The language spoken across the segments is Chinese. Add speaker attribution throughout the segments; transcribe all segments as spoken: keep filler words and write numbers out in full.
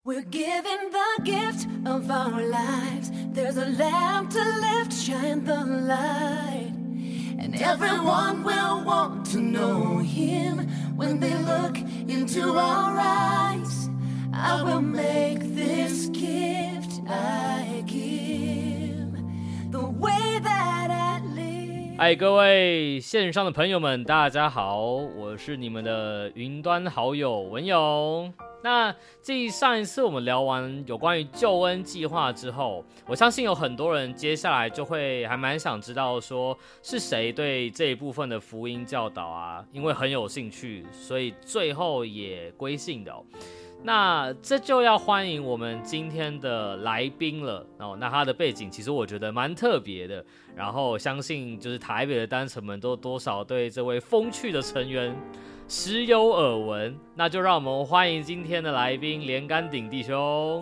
Speaker 1: We're given the gift of our lives. There's a lamp to lift, shine the light. And everyone will want to know him when they look into our eyes. I will make this gift I give the way that I live.
Speaker 2: 嗨，各位线上的朋友们，大家好，我是你们的云端好友文勇。那继上一次我们聊完有关于救恩计划之后，我相信有很多人接下来就会还蛮想知道说是谁对这一部分的福音教导啊，因为很有兴趣，所以最后也归信的哦。那这就要欢迎我们今天的来宾了哦。那他的背景其实我觉得蛮特别的，然后相信就是台北的单程们都多少对这位风趣的成员时有耳闻。那就让我们欢迎今天的来宾连干顶弟兄。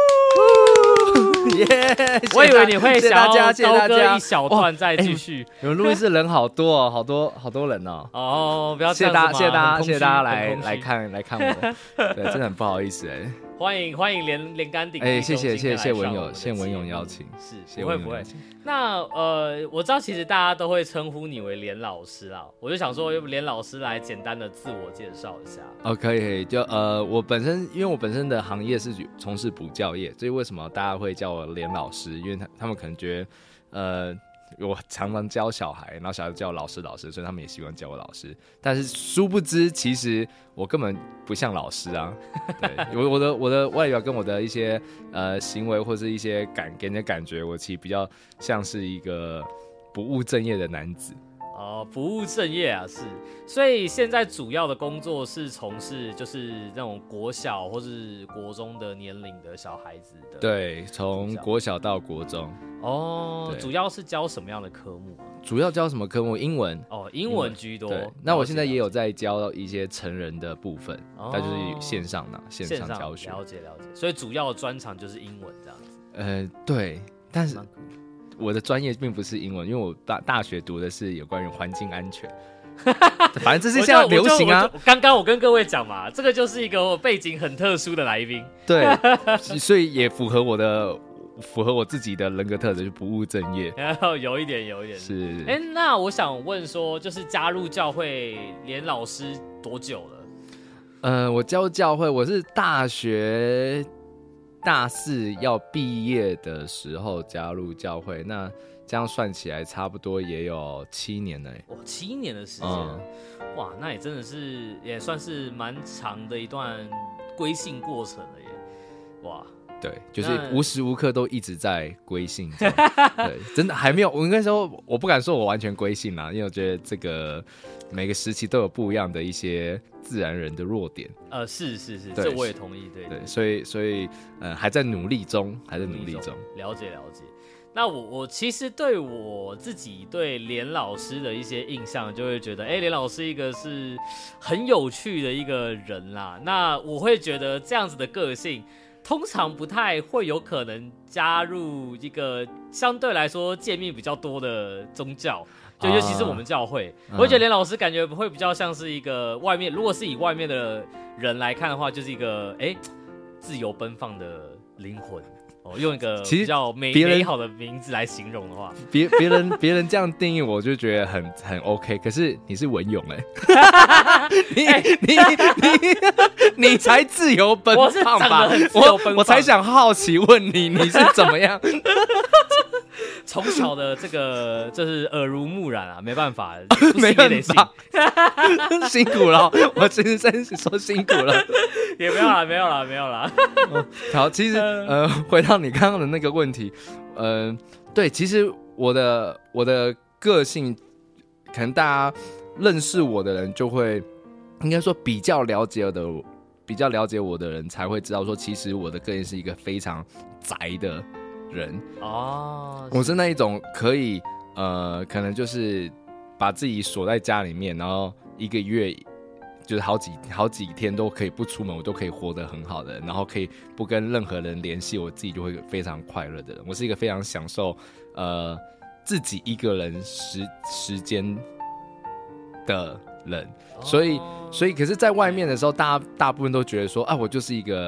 Speaker 3: 耶！
Speaker 2: 我以为你会想要
Speaker 3: 高
Speaker 2: 高歌一小段再继续。
Speaker 3: 你们录音室人好多哦，好多好多人哦。
Speaker 2: 哦，不要这
Speaker 3: 谢谢
Speaker 2: 样子嘛，
Speaker 3: 大家，谢谢大家，谢谢大家来
Speaker 2: 很
Speaker 3: 来看来看我。对，真的很不好意思哎。
Speaker 2: 欢迎欢迎连连干顶弟兄。
Speaker 3: 哎，谢谢谢谢文勇，
Speaker 2: 谢
Speaker 3: 谢文勇邀请。
Speaker 2: 是，
Speaker 3: 谢
Speaker 2: 不会不会。那呃，我知道其实大家都会称呼你为连老师啦，我就想说用连老师来简单的自我介绍一下。
Speaker 3: 哦，可以可以，就呃，我本身因为我本身的行业是从事补教业，所以为什么大家会叫我连老师？因为他他们可能觉得呃。我常常教小孩，然后小孩叫我老师老师，所以他们也习惯叫我老师。但是殊不知，其实我根本不像老师啊。对，我我的我的外表跟我的一些呃行为或是一些感给人的感觉，我其实比较像是一个不务正业的男子。
Speaker 2: 哦，不务正业啊，是，所以现在主要的工作是从事就是那种国小或是国中的年龄的小孩子的。
Speaker 3: 对，从国小到国中。
Speaker 2: 哦，主要是教什么样的科目啊？
Speaker 3: 主要教什么科目？英文。
Speaker 2: 哦，英文居多。
Speaker 3: 对，那我现在也有在教一些成人的部分，那、哦、就是线上的线上教学。
Speaker 2: 了解了解，所以主要的专长就是英文这样子。
Speaker 3: 呃，对，但是我的专业并不是英文，因为我 大, 大学读的是有关于环境安全。反正这是现在流行啊。
Speaker 2: 刚刚我跟各位讲嘛，这个就是一个背景很特殊的来宾。
Speaker 3: 对，所以也符合我的。符合我自己的人格特质，就不务正业。
Speaker 2: 然后有一点，有一点
Speaker 3: 是。
Speaker 2: 哎，那我想问说，就是加入教会连老师多久了？
Speaker 3: 呃，我教教会，我是大学大四要毕业的时候加入教会，那这样算起来差不多也有七年了。
Speaker 2: 哦，七年的时间、嗯，哇，那也真的是也算是蛮长的一段归信过程了耶，哇。
Speaker 3: 对，就是无时无刻都一直在归信。对，真的还没有。我应该说，我不敢说我完全归信啦，因为我觉得这个每个时期都有不一样的一些自然人的弱点。
Speaker 2: 呃，是是是，这我也同意。对 对,
Speaker 3: 对，所以所以呃还在努力中，还在努力中。
Speaker 2: 了解了解。那我我其实对我自己对连老师的一些印象，就会觉得，哎、欸，连老师一个是很有趣的一个人啦。那我会觉得这样子的个性。通常不太会有可能加入一个相对来说界面比较多的宗教，就尤其是我们教会，啊、我会觉得连老师感觉会比较像是一个外面，如果是以外面的人来看的话，就是一个哎、欸、自由奔放的灵魂。哦、用一个比较 美, 美好的名字来形容的话，
Speaker 3: 别别人别人这样定义，我就觉得很很 OK。可是你是文勇哎、欸，你、欸、你你你才自由奔放吧？
Speaker 2: 我是自由奔放，
Speaker 3: 我我才想好奇问你，你是怎么样？
Speaker 2: 从小的这个就是耳濡目染啊，没办法，
Speaker 3: 没办法，辛苦了，我其实真是说辛苦了，
Speaker 2: 也没有啦，没有啦，没有啦。
Speaker 3: 哦、好，其实呃，回到你刚刚的那个问题，呃，对，其实我的我的个性，可能大家认识我的人就会，应该说比较了解的，比较了解我的人才会知道说，其实我的个性是一个非常宅的。人哦，我是那一种可以呃，可能就是把自己锁在家里面，然后一个月就是好几好几天都可以不出门，我都可以活得很好的人，然后可以不跟任何人联系，我自己就会非常快乐的人。我是一个非常享受呃自己一个人时时间的人，所以所以可是在外面的时候，大家大部分都觉得说啊，我就是一个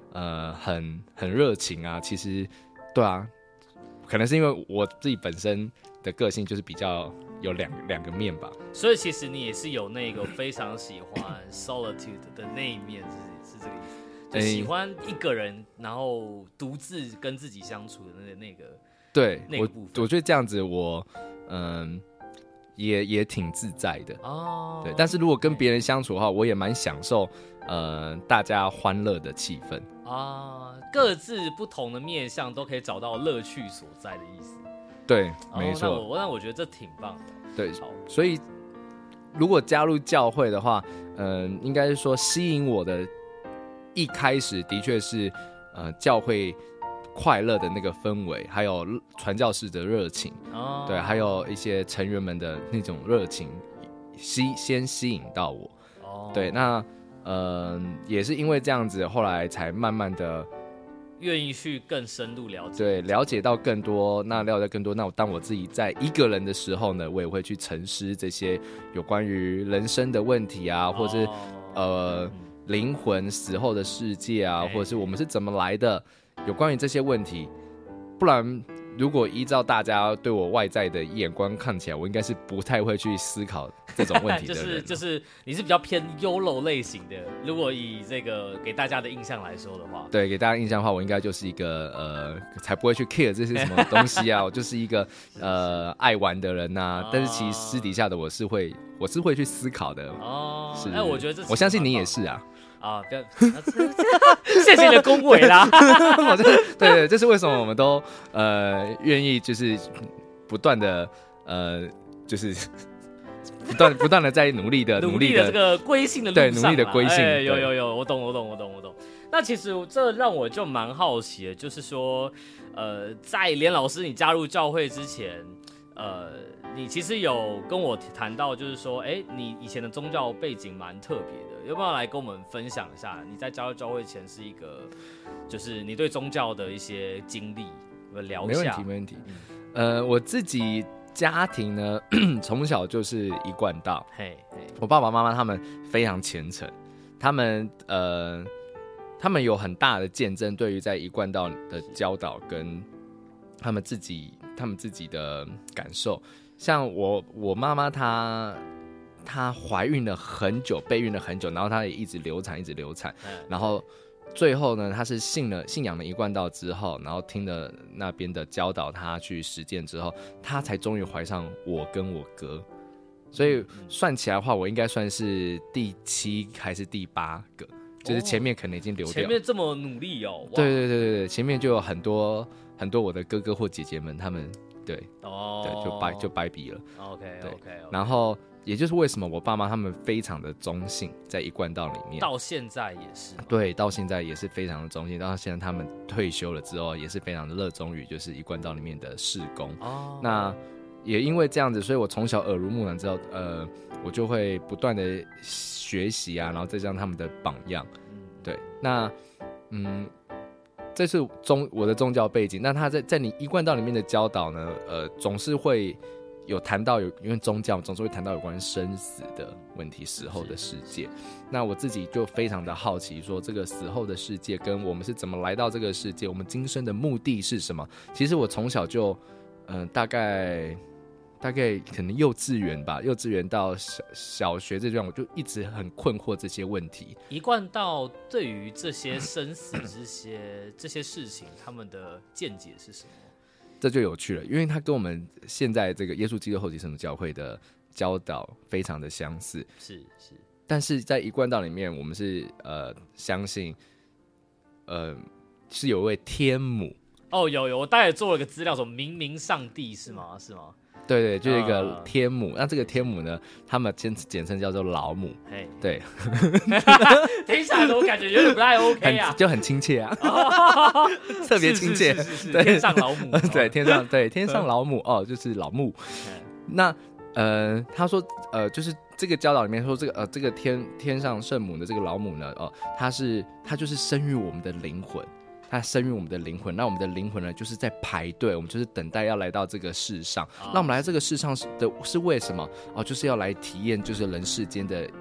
Speaker 3: 呃很很热情啊，其实对啊，可能是因为我自己本身的个性就是比较有两两个面吧。
Speaker 2: 所以其实你也是有那个非常喜欢 solitude 的那一面，是是这个意思？就喜欢一个人，然后独自跟自己相处的那那个
Speaker 3: 对
Speaker 2: 那个部分。
Speaker 3: 我我觉得这样子我嗯也也挺自在的哦。对，但是如果跟别人相处的话，我也蛮享受呃大家欢乐的气氛
Speaker 2: 啊，各自不同的面向都可以找到乐趣所在的意思。
Speaker 3: 对，没错。
Speaker 2: 那我那我觉得这挺棒的。
Speaker 3: 对，所以如果加入教会的话，嗯、呃，应该是说吸引我的。一开始的确是，呃，教会快乐的那个氛围，还有传教士的热情，哦、对，还有一些成员们的那种热情，吸先吸引到我。哦、对，那呃，也是因为这样子，后来才慢慢的
Speaker 2: 愿意去更深入了解，
Speaker 3: 对，了解到更多。那了解更多，那我当我自己在一个人的时候呢，我也会去沉思这些有关于人生的问题啊，或者是、哦、呃。嗯灵魂死后的世界啊，或者是我们是怎么来的，有关于这些问题。不然，如果依照大家对我外在的眼光看起来，我应该是不太会去思考这种问题的人。
Speaker 2: 就是就是你是比较偏 Y O L O 类型的。如果以这个给大家的印象来说的话，
Speaker 3: 对，给大家印象的话，我应该就是一个呃，才不会去 care 这些什么东西啊。我就是一个呃爱玩的人呐、啊。但是其实私底下的我是会，我是会去思考的。哦，是。哎，
Speaker 2: 我觉得这，
Speaker 3: 我相信你也是啊。
Speaker 2: 啊，不要！谢谢你的恭维啦。
Speaker 3: 对对，这是为什么我们都呃愿意就是不断的呃就是不断不断的在努力的
Speaker 2: 努力的这个归信的路上，
Speaker 3: 对，努力的归信。
Speaker 2: 哎、有有有，我懂我懂我懂我懂。那其实这让我就蛮好奇的，就是说，呃，在连老师你加入教会之前，呃。你其实有跟我谈到，就是说，哎，你以前的宗教背景蛮特别的，要不要来跟我们分享一下？你在加入教会前是一个，就是你对宗教的一些经历，聊一下。
Speaker 3: 没问题，没问题。呃，我自己家庭呢，从小就是一贯道，嘿，我爸爸妈妈他们非常虔诚，他们呃，他们有很大的见证，对于在一贯道的教导跟他们自己他们自己的感受。像我我妈妈她她怀孕了很久，备孕了很久，然后她也一直流产一直流产，然后最后呢她是信了信仰了一贯道之后，然后听了那边的教导，她去实践之后，她才终于怀上我跟我哥。所以算起来的话，我应该算是第七还是第八个，就是前面可能已经流掉。
Speaker 2: 前面这么努力哦。
Speaker 3: 对对对对，前面就有很多很多我的哥哥或姐姐们，他们。对，哦，对，就掰就掰比了。
Speaker 2: OK OK, okay。
Speaker 3: 然后也就是为什么我爸妈他们非常的忠信，在一贯道里面，
Speaker 2: 到现在也是。
Speaker 3: 对，到现在也是非常的忠信。到现在他们退休了之后，也是非常的热衷于就是一贯道里面的事工。哦，那也因为这样子，所以我从小耳濡目染之后，呃，我就会不断的学习啊，然后再加上他们的榜样。嗯，对，那嗯。这是宗我的宗教背景，那他在在你一贯道里面的教导呢，呃，总是会有谈到有，因为宗教总是会谈到有关生死的问题，死后的世界。那我自己就非常的好奇，说这个死后的世界跟我们是怎么来到这个世界，我们今生的目的是什么？其实我从小就，嗯、呃，大概。大概可能幼稚园吧，幼稚园到小小学这段，我就一直很困惑这些问题。
Speaker 2: 一贯道对于这些生死这些这些事情，他们的见解是什么？
Speaker 3: 这就有趣了，因为它跟我们现在这个耶稣基督后期圣徒教会的教导非常的相似。
Speaker 2: 是是，
Speaker 3: 但是在一贯道里面，我们是呃相信，呃是有一位天母。
Speaker 2: 哦，有有，我大概做了个资料，说明明上帝是吗？是吗？
Speaker 3: 对对，就是一个天母。呃、那这个天母呢，他们简简称叫做老母。对，
Speaker 2: 听起来我感觉有点不太 OK 啊，
Speaker 3: 就很亲切啊，特别亲切。
Speaker 2: 是是是是，对，天上老母，
Speaker 3: 对，天上对天上老母哦，就是老母。那呃，他说呃，就是这个教导里面说，这个呃，这个天天上圣母的这个老母呢，哦、呃，她是她就是生育我们的灵魂。它生育我们的灵魂，那我们的灵魂呢，就是在排队，我们就是等待要来到这个世上。哦、那我们来这个世上的是为什么？哦，就是要来体验，就是人世间的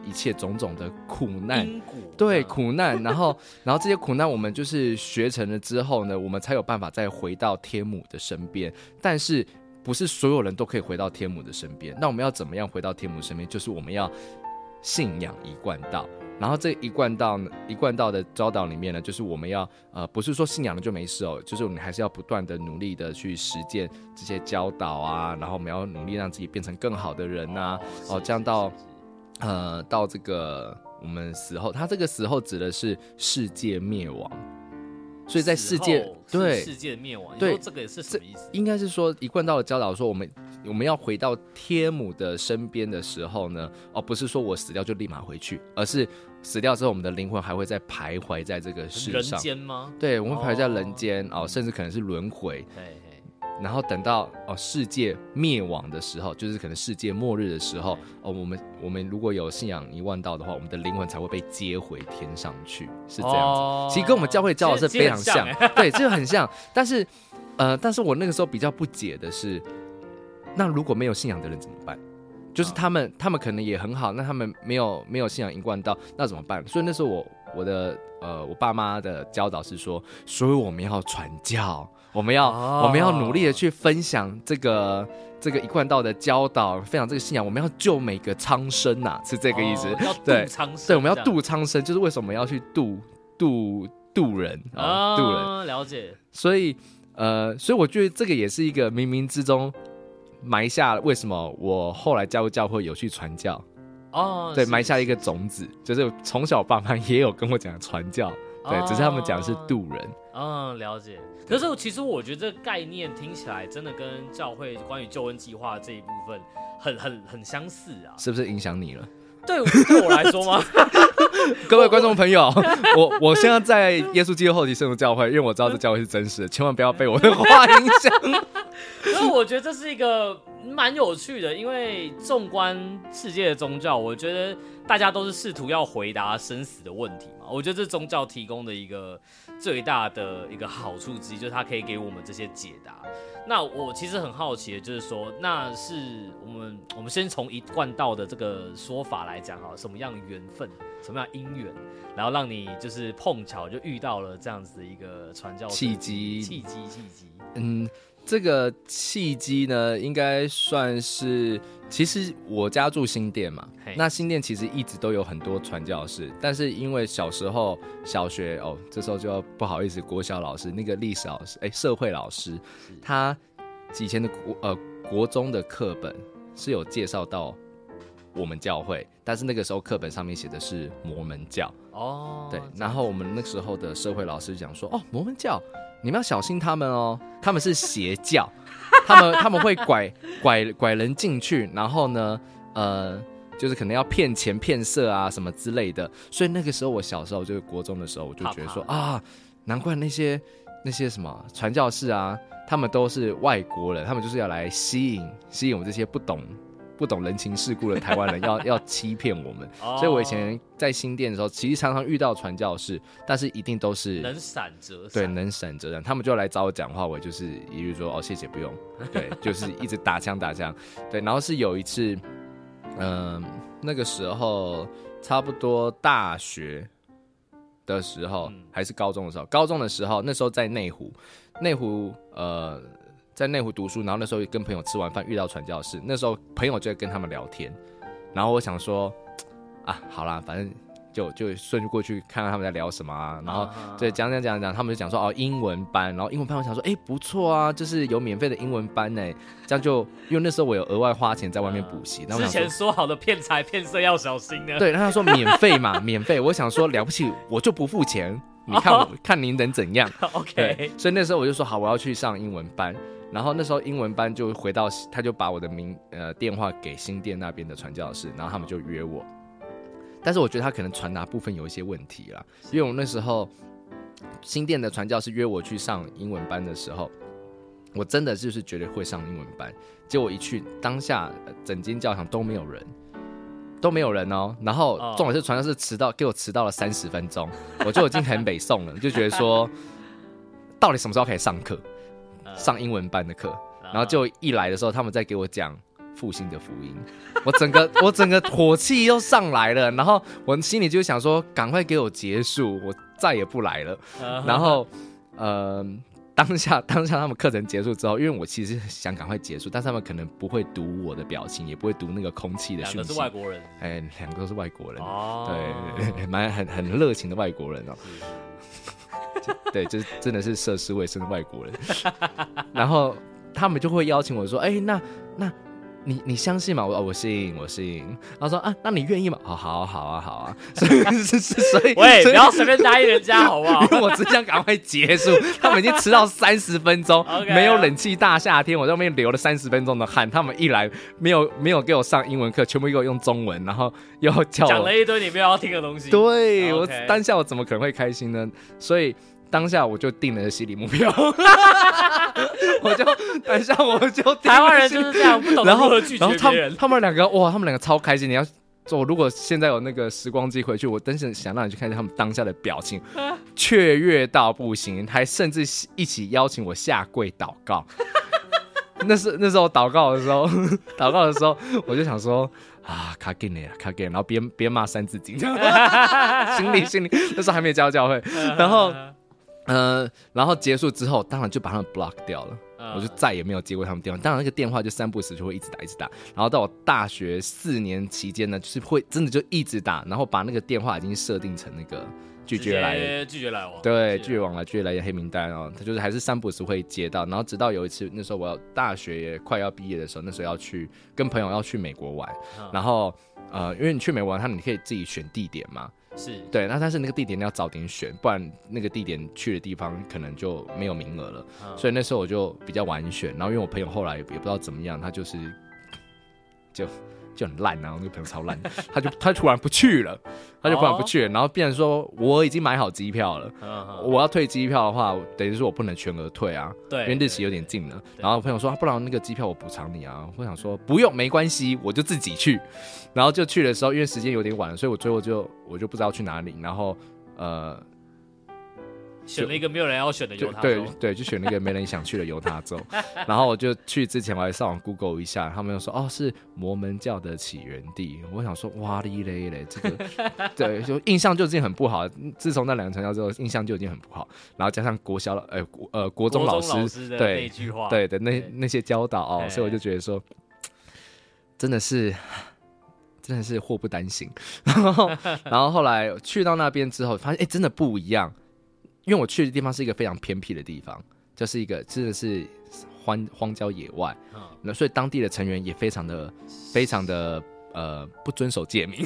Speaker 3: 一切种种的苦难，
Speaker 2: 因果
Speaker 3: 对苦难，然后然后这些苦难我们就是学成了之后呢，我们才有办法再回到天母的身边。但是不是所有人都可以回到天母的身边，那我们要怎么样回到天母身边？就是我们要信仰一贯道。然后这一贯道一贯道的教导里面呢，就是我们要呃，不是说信仰了就没事哦，就是我们还是要不断的努力的去实践这些教导啊，然后我们要努力让自己变成更好的人啊，哦，这样到呃到这个我们死后，他这个死后指的是世界灭亡。所以在世界对
Speaker 2: 世界灭亡，
Speaker 3: 对，
Speaker 2: 你说这个是什么意思？
Speaker 3: 应该是说一贯道的教导说，我们我们要回到天母的身边的时候呢，哦，不是说我死掉就立马回去，而是死掉之后，我们的灵魂还会再徘徊在这个世上。
Speaker 2: 人间吗？
Speaker 3: 对，我们会徘徊在人间、哦哦，甚至可能是轮回。
Speaker 2: 嘿嘿，
Speaker 3: 然后等到哦世界灭亡的时候，就是可能世界末日的时候，哦，我们我们如果有信仰一贯道的话，我们的灵魂才会被接回天上去，是这样子。哦、其实跟我们教会教导是非常像，
Speaker 2: 像
Speaker 3: 对，这个很像。但是，呃，但是我那个时候比较不解的是，那如果没有信仰的人怎么办？就是他们，他们可能也很好，那他们没有没有信仰一贯道，那怎么办？所以那时候我我的呃我爸妈的教导是说，所以我们要传教。我们要、哦、我们要努力的去分享这个这个一贯道的教导，分享这个信仰。我们要救每个苍生呐、啊，是这个意思。
Speaker 2: 哦、要度苍生，
Speaker 3: 对，我们要度苍生，就是为什么要去度度度人啊、哦？度人，
Speaker 2: 了解。
Speaker 3: 所以呃，所以我觉得这个也是一个冥冥之中埋下为什么我后来加入教会有去传教
Speaker 2: 哦，
Speaker 3: 对，埋下一个种子，就是从小爸妈也有跟我讲传教。对，只是他们讲的是渡人。
Speaker 2: 嗯，了解。可是其实我觉得这个概念听起来真的跟教会关于救恩计划这一部分很很很相似啊。
Speaker 3: 是不是影响你了？
Speaker 2: 对，对我来说吗？
Speaker 3: 各位观众朋友，我我现在在耶稣基督后期圣徒教会，因为我知道这教会是真实的，千万不要被我的话影响。
Speaker 2: 所以我觉得这是一个蛮有趣的，因为纵观世界的宗教，我觉得大家都是试图要回答生死的问题嘛。我觉得这宗教提供的一个最大的一个好处之一，就是它可以给我们这些解答。那我其实很好奇的就是说，那是我们我们先从一贯道的这个说法来讲哈，什么样的缘分，什么样的因缘，然后让你就是碰巧就遇到了这样子的一个传教
Speaker 3: 契机，
Speaker 2: 契机，契机。
Speaker 3: 嗯，这个契机呢，应该算是，其实我家住新店嘛，那新店其实一直都有很多传教士，但是因为小时候小学哦，这时候就要不好意思，国小老师那个历史老师，哎，社会老师，他以前的国呃国中的课本是有介绍到我们教会，但是那个时候课本上面写的是摩门教哦，对，然后我们那时候的社会老师讲说，哦，摩门教。你们要小心他们哦，他们是邪教，他们他们会拐拐拐人进去，然后呢，呃，就是可能要骗钱骗色啊什么之类的。所以那个时候我小时候就是国中的时候，我就觉得说啊，难怪那些那些什么传教士啊，他们都是外国人，他们就是要来吸引吸引我们这些不懂。不懂人情世故的台湾人要要欺骗我们，哦、所以我以前在新店的时候，其实常常遇到传教士，但是一定都是能
Speaker 2: 闪则闪，
Speaker 3: 对，能闪则闪。他们就来找我讲话，我就是一律说哦，谢谢，不用。对，就是一直打枪打枪。对，然后是有一次，嗯、呃，那个时候差不多大学的时候，嗯、还是高中的时候，高中的时候，那时候在内湖，内湖呃。在内湖读书，然后那时候跟朋友吃完饭遇到传教士，那时候朋友就在跟他们聊天，然后我想说，啊，好啦，反正就就顺过去看看他们在聊什么啊，然后对讲讲讲讲，他们就讲说哦英文班，然后英文班我想说，哎不错啊，就是有免费的英文班呢，这样就因为那时候我有额外花钱在外面补习，
Speaker 2: 之前说好的骗财骗色要小心呢，
Speaker 3: 对，然后他说免费嘛，免费，我想说了不起，我就不付钱，你看我、oh. 看您能怎样
Speaker 2: ？OK，
Speaker 3: 所以那时候我就说好，我要去上英文班。然后那时候英文班就回到，他就把我的名呃电话给新店那边的传教士，然后他们就约我。但是我觉得他可能传达部分有一些问题啦，因为我那时候新店的传教士约我去上英文班的时候，我真的就是觉得会上英文班，结果一去当下整间教堂都没有人，都没有人哦。然后重点是传教士迟到，给我迟到了三十分钟，我就已经很北宋了，就觉得说到底什么时候可以上课？上英文班的课，然后就一来的时候，他们在给我讲复兴的福音，我整个我整个火气又上来了，然后我心里就想说，赶快给我结束，我再也不来了。然后，呃，当下当下他们课程结束之后，因为我其实想赶快结束，但是他们可能不会读我的表情，也不会读那个空气的讯息。
Speaker 2: 两个是外国人，
Speaker 3: 哎，两个都是外国人，
Speaker 2: 哦、
Speaker 3: 对，蛮很很热情的外国人哦。对，就是真的是涉世未深的外国人。然后他们就会邀请我说：“哎、欸，那那。”你你相信吗？我、哦、我信，我信。然后说啊，那你愿意吗？好好好啊，好啊。所以是是，所以
Speaker 2: 喂，不要随便答应人家好不好？
Speaker 3: 因为我只想赶快结束，他们已经迟到三十分钟， okay 没有冷气大夏天，我在外面流了三十分钟的汗。他们一来没有没有给我上英文课，全部给我用中文，然后又叫我
Speaker 2: 讲了一堆你没有要听的东西。
Speaker 3: 对、okay 我当下我怎么可能会开心呢？所以。当下我就定了心理目标，我就当下我就定了
Speaker 2: 台湾人就是这样，不懂得如何拒绝别人。
Speaker 3: 他们两个哇，他们两个超开心。你要我如果现在有那个时光机回去，我真是想让你去看一下他们当下的表情，雀跃到不行，还甚至一起邀请我下跪祷告。那是那时候祷告的时候，祷告的时候，我就想说啊，卡紧嘞，卡紧，然后边边骂三字经，心里心里那时候还没有加入教会，然后。呃，然后结束之后，当然就把他们 block 掉了，嗯、我就再也没有接过他们电话。当然，那个电话就三不时就会一直打，一直打。然后到我大学四年期间呢，就是会真的就一直打，然后把那个电话已经设定成那个拒绝来，
Speaker 2: 拒绝来往，
Speaker 3: 对，拒绝往来，拒绝来的黑名单哦。他就是还是三不时会接到，然后直到有一次，那时候我要大学也快要毕业的时候，那时候要去跟朋友要去美国玩，嗯、然后呃，因为你去美国玩，他们你可以自己选地点嘛。
Speaker 2: 是
Speaker 3: 对，那但是那个地点你要早点选，不然那个地点去的地方可能就没有名额了。嗯、所以那时候我就比较晚选，然后因为我朋友后来也不知道怎么样，他就是就就很烂啊，我那个朋友超烂，他就他突然不去了，他就突然不去了，然后变成说我已经买好机票了，哦、我要退机票的话，等于说我不能全额退啊，
Speaker 2: 对，
Speaker 3: 因为日期有点近了。然后我朋友说、啊、不然那个机票我补偿你啊，我想说不用没关系，我就自己去。然后就去的时候，因为时间有点晚了，所以我最后就我就不知道去哪里，然后呃。
Speaker 2: 选了一个没有人要选的犹他州，
Speaker 3: 对对，就选了一个没人想去的犹他州。然后我就去之前，我还上网 Google 一下，他们就说哦是摩门教的起源地。我想说哇哩嘞嘞，这个对，就印象就已经很不好。自从那两个传教之后，印象就已经很不好。然后加上国小呃呃国中老师,
Speaker 2: 老师的
Speaker 3: 对
Speaker 2: 那句话，
Speaker 3: 对的那那些教导哦，所以我就觉得说，真的是。真的是祸不单行。然后然后后来去到那边之后，发现哎、欸、真的不一样。因为我去的地方是一个非常偏僻的地方，就是一个真的是荒荒郊野外，那、嗯、所以当地的成员也非常的非常的呃不遵守诫命，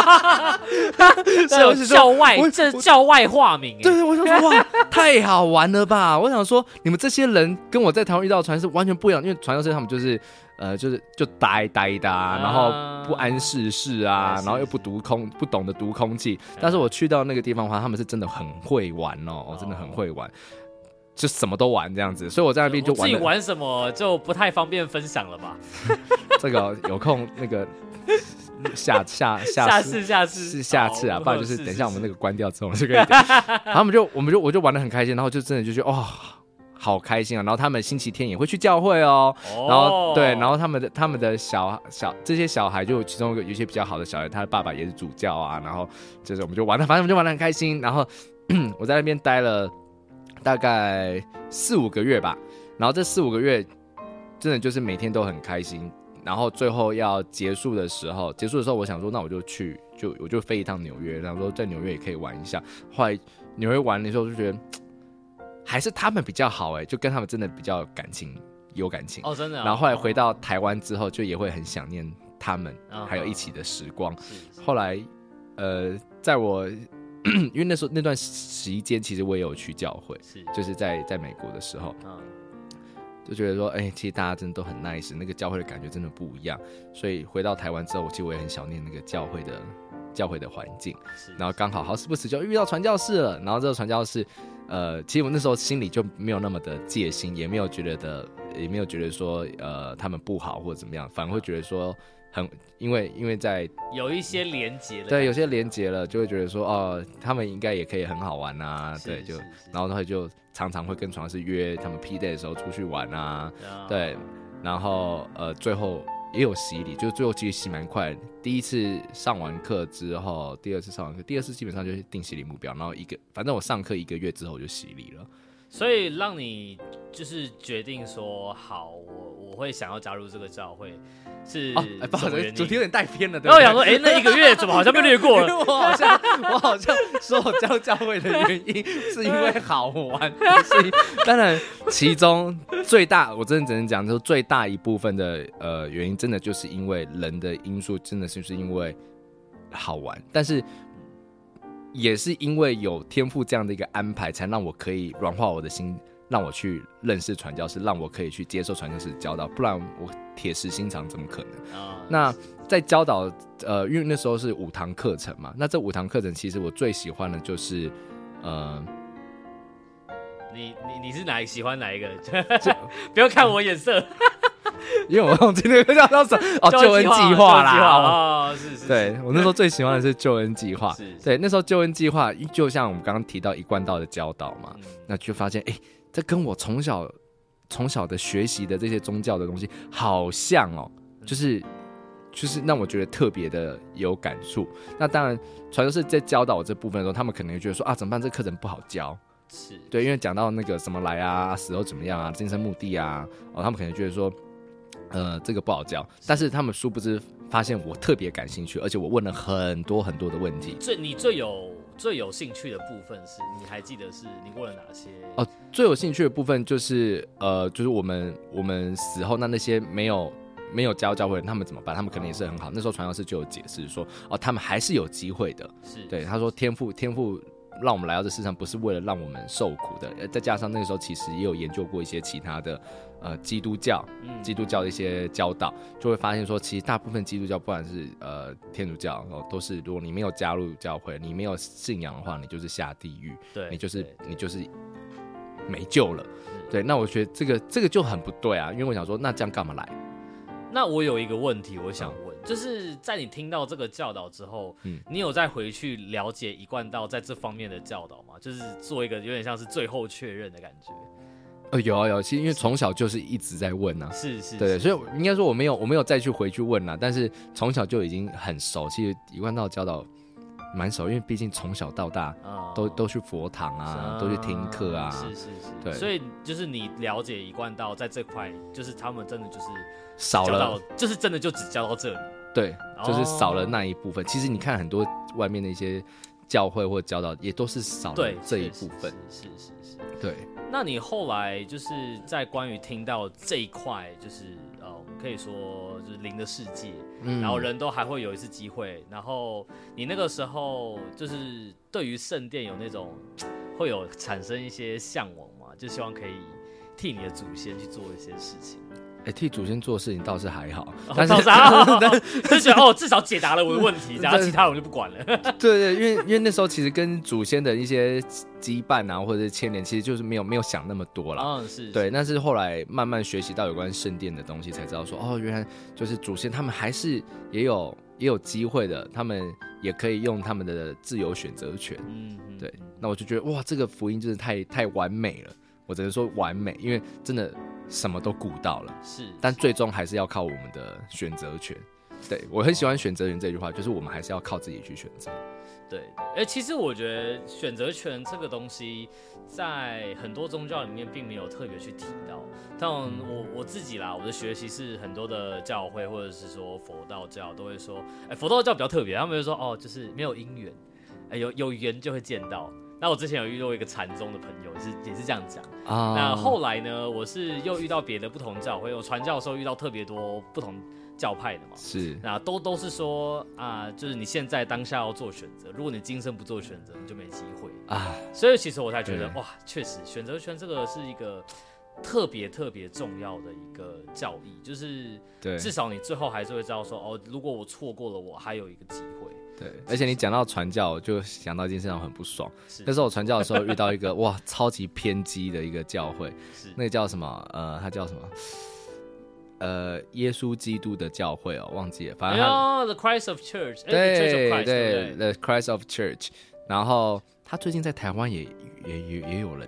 Speaker 2: 所以我是教外，这教外化名，
Speaker 3: 对对，我想说哇，太好玩了吧！我想说你们这些人跟我在台湾遇到的传是完全不一样，因为传教士他们就是。呃，就是就呆呆的、啊，然后不谙世事啊，然后又不读空，不懂得读空气。但是我去到那个地方的话，他们是真的很会玩哦，哦真的很会玩，就什么都玩这样子。所以我在那边就玩。
Speaker 2: 自己玩什么就不太方便分享了吧？
Speaker 3: 这个有空那个下下下
Speaker 2: 下次下次
Speaker 3: 是下次啊，不然就是等一下我们那个关掉之后就可以。然后我们就我们就我就玩得很开心，然后就真的就觉得哦。好开心啊！然后他们星期天也会去教会哦，哦然后对，然后他们的他们的小小这些小孩，就其中有一些比较好的小孩，他的爸爸也是主教啊，然后就是我们就玩的，反正我们就玩得很开心。然后我在那边待了大概四五个月吧，然后这四五个月真的就是每天都很开心。然后最后要结束的时候，结束的时候我想说，那我就去，就我就飞一趟纽约，然后说在纽约也可以玩一下。后来纽约玩的时候就觉得。还是他们比较好哎、欸，就跟他们真的比较感情有感情
Speaker 2: 哦，真的、哦。
Speaker 3: 然后后来回到台湾之后，就也会很想念他们，哦、还有一起的时光。哦、后来，呃，在我因为那时候那段时间，其实我也有去教会，是就是在在美国的时候，哦、就觉得说，哎、欸，其实大家真的都很 nice， 那个教会的感觉真的不一样。所以回到台湾之后，我其实我也很想念那个教会的。教会的环境，然后刚好好时不时就遇到传教士了，然后这个传教士，呃，其实我那时候心里就没有那么的戒心，也没有觉得的，也没有觉得说，呃，他们不好或者怎么样，反而会觉得说很，因为因为在
Speaker 2: 有一些连结了，
Speaker 3: 对，有些连结了，就会觉得说，哦，他们应该也可以很好玩啊，对，就然后他就常常会跟传教士约他们 P day 的时候出去玩啊，对，然后呃，最后也有洗礼，就是最后其实洗蛮快的。第一次上完课之后，第二次上完课，第二次基本上就是定洗礼目标，然后一个反正我上课一个月之后我就洗礼了。
Speaker 2: 所以让你就是决定说好，我我会想要加入这个教会，是
Speaker 3: 哦，哎、不好意思，主题有点带偏了。对
Speaker 2: 然后我想说，哎、欸，那一个月怎么好像被略过了？
Speaker 3: 我好像我好像说我加入教会的原因是因为好玩，所以当然其中最大，我真的只能讲，就是最大一部分的呃原因，真的就是因为人的因素，真的是是因为好玩，但是。也是因为有天父这样的一个安排，才让我可以软化我的心，让我去认识传教士，让我可以去接受传教士的教导，不然我铁石心肠怎么可能？哦、那在教导，呃，因为那时候是五堂课程嘛，那这五堂课程其实我最喜欢的就是，呃，
Speaker 2: 你你你是哪喜欢哪一个？不要看我眼色。
Speaker 3: 因为我忘记那个叫什么哦，救恩计划啦，
Speaker 2: 哦，是是是，
Speaker 3: 对我那时候最喜欢的是救恩计划，对，那时候救恩计划就像我们刚刚提到一贯道的教导嘛，嗯、那就发现哎，这跟我从小从小的学习的这些宗教的东西好像哦，就是就是让我觉得特别的有感触。那当然，传教士在教导我这部分的时候，他们可能会觉得说啊，怎么办？这课程不好教。
Speaker 2: 是
Speaker 3: 对，因为讲到那个什么来啊，死后怎么样啊，今生目的啊，哦，他们可能觉得说。呃，这个不好教，但是他们殊不知发现我特别感兴趣，而且我问了很多很多的问题。
Speaker 2: 最你最有最有兴趣的部分是，你还记得是你问了哪些？
Speaker 3: 哦，最有兴趣的部分就是呃，就是我们我们死后那那些没有没有加入教会的人，他们怎么办？他们可能也是很好。那时候传教士就有解释说，哦，他们还是有机会的。
Speaker 2: 是
Speaker 3: 对，他说天父天父。让我们来到这世上不是为了让我们受苦的，再加上那个时候其实也有研究过一些其他的呃基督教，嗯、基督教的一些教导，就会发现说，其实大部分基督教不管是呃天主教，哦，都是如果你没有加入教会，你没有信仰的话，你就是下地狱，
Speaker 2: 对，
Speaker 3: 你就是你就是没救了。对，那我觉得这个这个就很不对啊，因为我想说，那这样干嘛来？
Speaker 2: 那我有一个问题，我想问，嗯、就是在你听到这个教导之后，嗯，你有再回去了解一贯道在这方面的教导吗？就是做一个有点像是最后确认的感觉。
Speaker 3: 呃，有啊有，其实因为从小就是一直在问啊，
Speaker 2: 是是，
Speaker 3: 对，所以应该说我没有我没有再去回去问啊，但是从小就已经很熟，其实一贯道教导蛮熟，因为毕竟从小到大都、哦、都去佛堂啊，啊都去听课啊，
Speaker 2: 是是是，
Speaker 3: 对，
Speaker 2: 所以就是你了解一贯道在这块，就是他们真的就是
Speaker 3: 少了，
Speaker 2: 就是真的就只教到这里，
Speaker 3: 对，就是少了那一部分。哦、其实你看很多外面的一些教会或教导，也都是少了这一部分，
Speaker 2: 是是是是，
Speaker 3: 对。
Speaker 2: 那你后来就是在关于听到这一块，就是呃，我们可以说就是灵的世界，嗯、然后人都还会有一次机会，然后你那个时候就是对于圣殿有那种会有产生一些向往嘛，就希望可以替你的祖先去做一些事情。
Speaker 3: 哎、欸，替祖先做事情倒是还好，
Speaker 2: 哦、但是就觉得哦，至少解答了我的问题，然后其他我就不管了。
Speaker 3: 对对，因为因为那时候其实跟祖先的一些羁绊啊，或者是牵连，其实就是没有没有想那么多啦。
Speaker 2: 嗯，是。
Speaker 3: 对，但是后来慢慢学习到有关圣殿的东西，才知道说哦，原来就是祖先他们还是也有也有机会的，他们也可以用他们的自由选择权。嗯，嗯对。那我就觉得哇，这个福音真的太太完美了。我只能说完美，因为真的什么都顾到了，
Speaker 2: 是，
Speaker 3: 但最终还是要靠我们的选择权。对，我很喜欢选择权这句话，就是我们还是要靠自己去选择。
Speaker 2: 对，哎，其实我觉得选择权这个东西，在很多宗教里面并没有特别去提到。但我我自己啦，我的学习是很多的教会或者是说佛道教都会说，哎，佛道教比较特别，他们就说哦，就是没有因缘，哎，有有缘就会见到。那我之前有遇到一个禅宗的朋友，也是也是这样讲。啊、那后来呢，我是又遇到别的不同教会，我传教的时候遇到特别多不同教派的嘛。
Speaker 3: 是，
Speaker 2: 那都都是说啊，就是你现在当下要做选择，如果你今生不做选择，你就没机会啊。所以其实我才觉得，哇，确实选择权这个是一个特别特别重要的一个教义，就是至少你最后还是会知道说，哦，如果我错过了，我还有一个机会。
Speaker 3: 对，而且你讲到传教，我就想到一件事情很不爽。那时候我传教的时候遇到一个哇，超级偏激的一个教会，那个叫什么？呃，它叫什么？呃，耶稣基督的教会哦，忘记了。反正它、
Speaker 2: 哎、The Christ of Church，
Speaker 3: 对
Speaker 2: Church of Christ,
Speaker 3: 对
Speaker 2: 对
Speaker 3: ，The Christ of Church。然后他最近在台湾也也也也有人呢。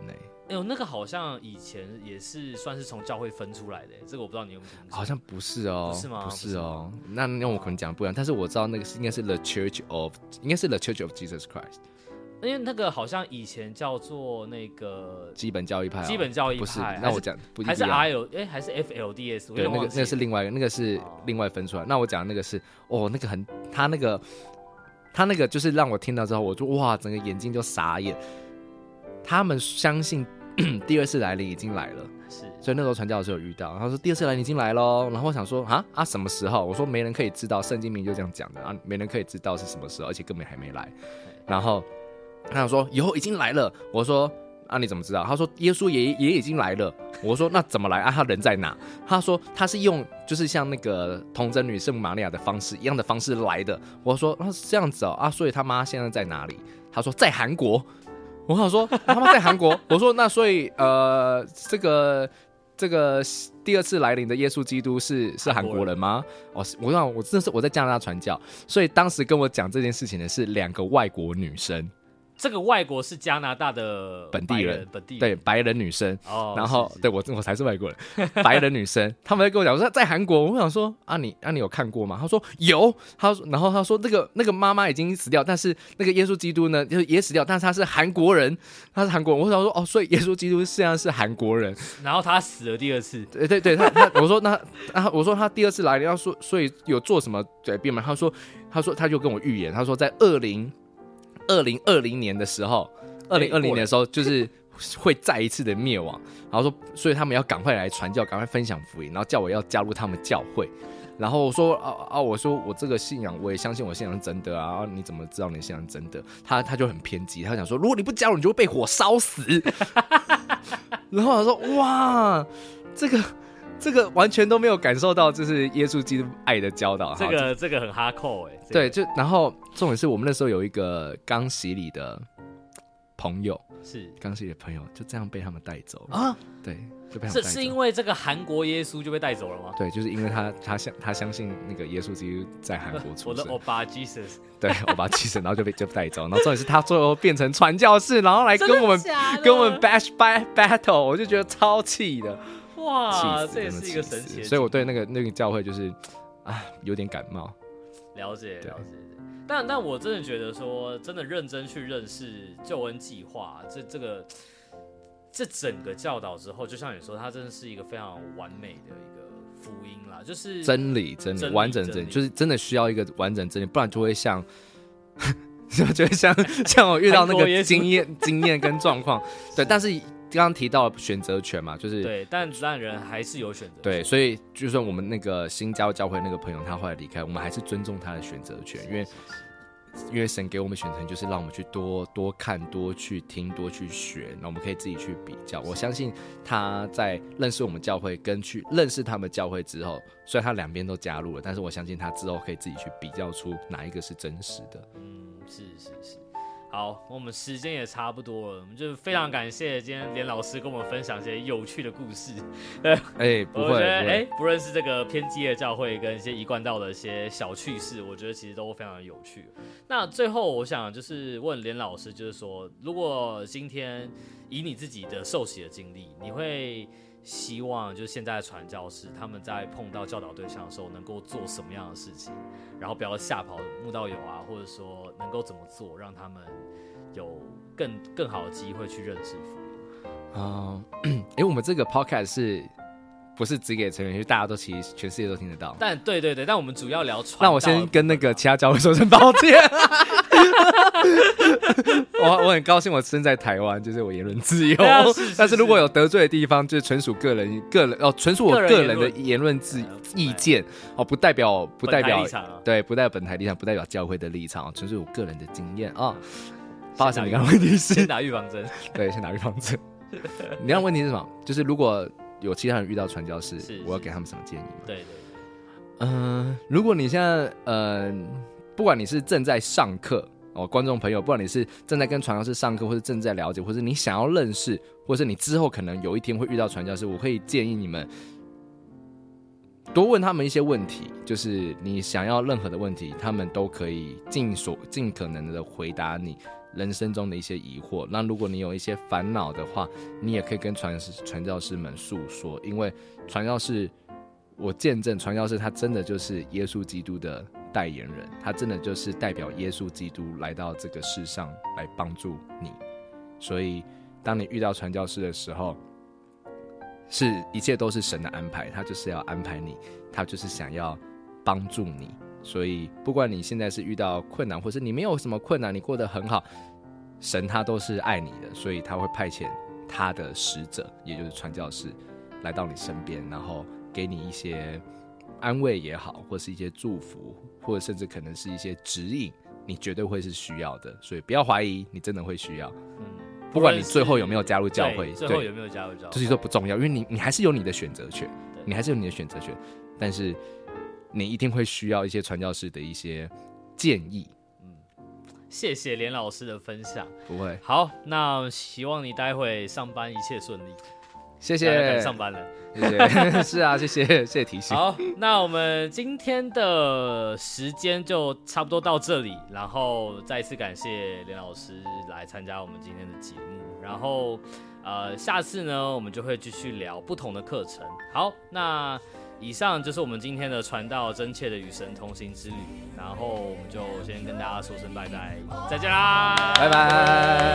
Speaker 2: 哎呦，那个好像以前也是算是从教会分出来的，这个我不知道你有没有听说？
Speaker 3: 好像不是哦，
Speaker 2: 不是吗？
Speaker 3: 不是哦，那那我可能讲不一样，但是我知道那个是应该是 The Church of， 应该是 The Church of Jesus Christ。
Speaker 2: 因为那个好像以前叫做那个
Speaker 3: 基本教义派、哦，
Speaker 2: 基本教义派，
Speaker 3: 不是？那我讲不
Speaker 2: 还是 R L 哎，还是 F L D S？
Speaker 3: 对，那个那个是另外一个，那个是另外分出来。哦、那我讲的那个是哦，那个很他那个他那个就是让我听到之后，我就哇，整个眼睛就傻眼。他们相信第二次来临已经来了，
Speaker 2: 是，
Speaker 3: 所以那时候传教的时候有遇到，他说第二次来临已经来咯，然后我想说啊啊什么时候？我说没人可以知道，圣经明就这样讲的啊，没人可以知道是什么时候，而且根本还没来。然后。他想说以后已经来了，我说啊你怎么知道？他说耶稣也也已经来了，我说那怎么来啊？他人在哪？他说他是用就是像那个童贞女圣母玛利亚的方式一样的方式来的。我说啊是这样子哦啊，所以他妈现在在哪里？他说在韩国。我想说他妈在韩国，我说那所以呃这个这个第二次来临的耶稣基督是是韩国人吗？哦，我想我真的是我在加拿大传教，所以当时跟我讲这件事情的是两个外国女生。
Speaker 2: 这个外国是加拿大的
Speaker 3: 本地人，
Speaker 2: 本地人
Speaker 3: 对白人女生，
Speaker 2: 哦，
Speaker 3: 然后
Speaker 2: 是是
Speaker 3: 对我我才是外国人，白人女生，他们在跟我讲说在韩国，我想说啊你啊你有看过吗？他说有，他说然后他说那个那个妈妈已经死掉，但是那个耶稣基督呢就是也死掉，但是他是韩国人，他是韩国人，我想说哦，所以耶稣基督现在是韩国人，
Speaker 2: 然后他死了第二次，
Speaker 3: 对对对，他他我说那啊我说他第二次来了，要说所以有做什么改变吗？他说他说他就跟我预言，他说在二零二零二零年的时候。二零二零年的时候，就是会再一次的灭亡，然后说，所以他们要赶快来传教，赶快分享福音，然后叫我要加入他们教会。然后我说啊啊，我说我这个信仰，我也相信我信仰是真的啊。你怎么知道你信仰是真的？他他就很偏激，他想说，如果你不加入，你就会被火烧死。然后我说哇，这个这个完全都没有感受到，这是耶稣基督爱的教导。
Speaker 2: 这个这个很哈扣哎。这个、
Speaker 3: 对，就然后重点是我们那时候有一个刚洗礼的。朋友
Speaker 2: 是
Speaker 3: 刚洗礼的朋友，就这样被他们带走
Speaker 2: 啊？
Speaker 3: 对，就被他们带走。
Speaker 2: 是是因为这个韩国耶稣就被带走了吗？
Speaker 3: 对，就是因为他他相他相信那个耶稣基督在韩国出生。
Speaker 2: 我的欧巴 Jesus，
Speaker 3: 对，欧巴 Jesus， 然后就被就带走。然后重点是他最后变成传教士，然后来跟我们跟我们 bash battle， 我就觉得超气的。
Speaker 2: 哇，这也是一个神奇的。
Speaker 3: 所以我对那个那个教会就是啊有点感冒。
Speaker 2: 了解了解。但但我真的觉得说，真的认真去认识救恩计划，这这个这整个教导之后，就像你说，它真的是一个非常完美的一个福音啦，就是
Speaker 3: 真理真理
Speaker 2: 真理
Speaker 3: 完整真理，就是真的需要一个完整真理，不然就会像，就会像像我遇到那个经验经验跟状况，对，但是。刚刚提到选择权嘛，就是
Speaker 2: 对，但但人还是有选择权。
Speaker 3: 对，所以就算我们那个新教教会那个朋友他后来离开，我们还是尊重他的选择权，因为因为神给我们选择权，就是让我们去多多看、多去听、多去学，那我们可以自己去比较。我相信他在认识我们教会跟去认识他们教会之后，虽然他两边都加入了，但是我相信他之后可以自己去比较出哪一个是真实的。
Speaker 2: 嗯，是是是。好，我们时间也差不多了，我们就非常感谢今天连老师跟我们分享一些有趣的故事。哎、
Speaker 3: 欸，不会，
Speaker 2: 我觉得哎、欸，不认识这个偏激的教会跟一些一贯道的一些小趣事，我觉得其实都非常有趣。那最后我想就是问连老师，就是说，如果今天以你自己的受洗的经历，你会希望就是现在的传教士他们在碰到教导对象的时候能够做什么样的事情，然后不要吓跑慕道友啊，或者说能够怎么做让他们有更更好的机会去认识福音
Speaker 3: 啊？因为我们这个 podcast 是不是只给成员，因为大家都其实全世界都听得到。
Speaker 2: 但对对对，但我们主要聊传道。
Speaker 3: 那我先跟那个其他教会说声抱歉。我我很高兴我身在台湾，就是我言论自由。
Speaker 2: 啊、是是是，
Speaker 3: 但是如果有得罪的地方，就是纯属个人个人哦，纯属我个人的言论自意见哦，不代表不代表、
Speaker 2: 啊、
Speaker 3: 对，不代表本台立场，不代表教会的立场，纯属我个人的经验啊。不好意思，你刚刚问题是
Speaker 2: 先打预防针，
Speaker 3: 对，先打预防针。你刚刚问题是什么？就是如果有其他人遇到传教士，我要给他们什么建议吗？
Speaker 2: 对对对，
Speaker 3: 嗯、呃，如果你现在呃，不管你是正在上课哦，观众朋友，不管你是正在跟传教士上课，或是正在了解，或是你想要认识，或是你之后可能有一天会遇到传教士，我可以建议你们多问他们一些问题，就是你想要任何的问题，他们都可以尽所尽可能的回答你。 人生中的一些疑惑。那如果你有一些烦恼的话，你也可以跟传传教士们诉说，因为传教士，我见证传教士他真的就是耶稣基督的代言人，他真的就是代表耶稣基督来到这个世上来帮助你。所以当你遇到传教士的时候，是一切都是神的安排，他就是要安排你，他就是想要帮助你。所以不管你现在是遇到困难，或是你没有什么困难，你过得很好，神他都是爱你的，所以他会派遣他的使者，也就是传教士来到你身边，然后给你一些安慰也好，或是一些祝福，或者甚至可能是一些指引，你绝对会是需要的。所以不要怀疑，你真的会需要。嗯，不管你最后有没有加入教会，
Speaker 2: 最后有没有加入教会，
Speaker 3: 这些都不重要，因为你你还是有你的选择权，你还是有你的选择权，但是你一定会需要一些传教士的一些建议。
Speaker 2: 嗯，谢谢连老师的分享。
Speaker 3: 不会。
Speaker 2: 好，那希望你待会上班一切顺利。
Speaker 3: 谢谢。
Speaker 2: 上班了。
Speaker 3: 谢谢。是啊，谢谢，谢谢提醒。
Speaker 2: 好，那我们今天的时间就差不多到这里，然后再一次感谢连老师来参加我们今天的节目，然后呃，下次呢，我们就会继续聊不同的课程。好，那以上就是我们今天的传道真切的与神同行之旅，然后我们就先跟大家说声拜拜，再见啦，
Speaker 3: 拜拜。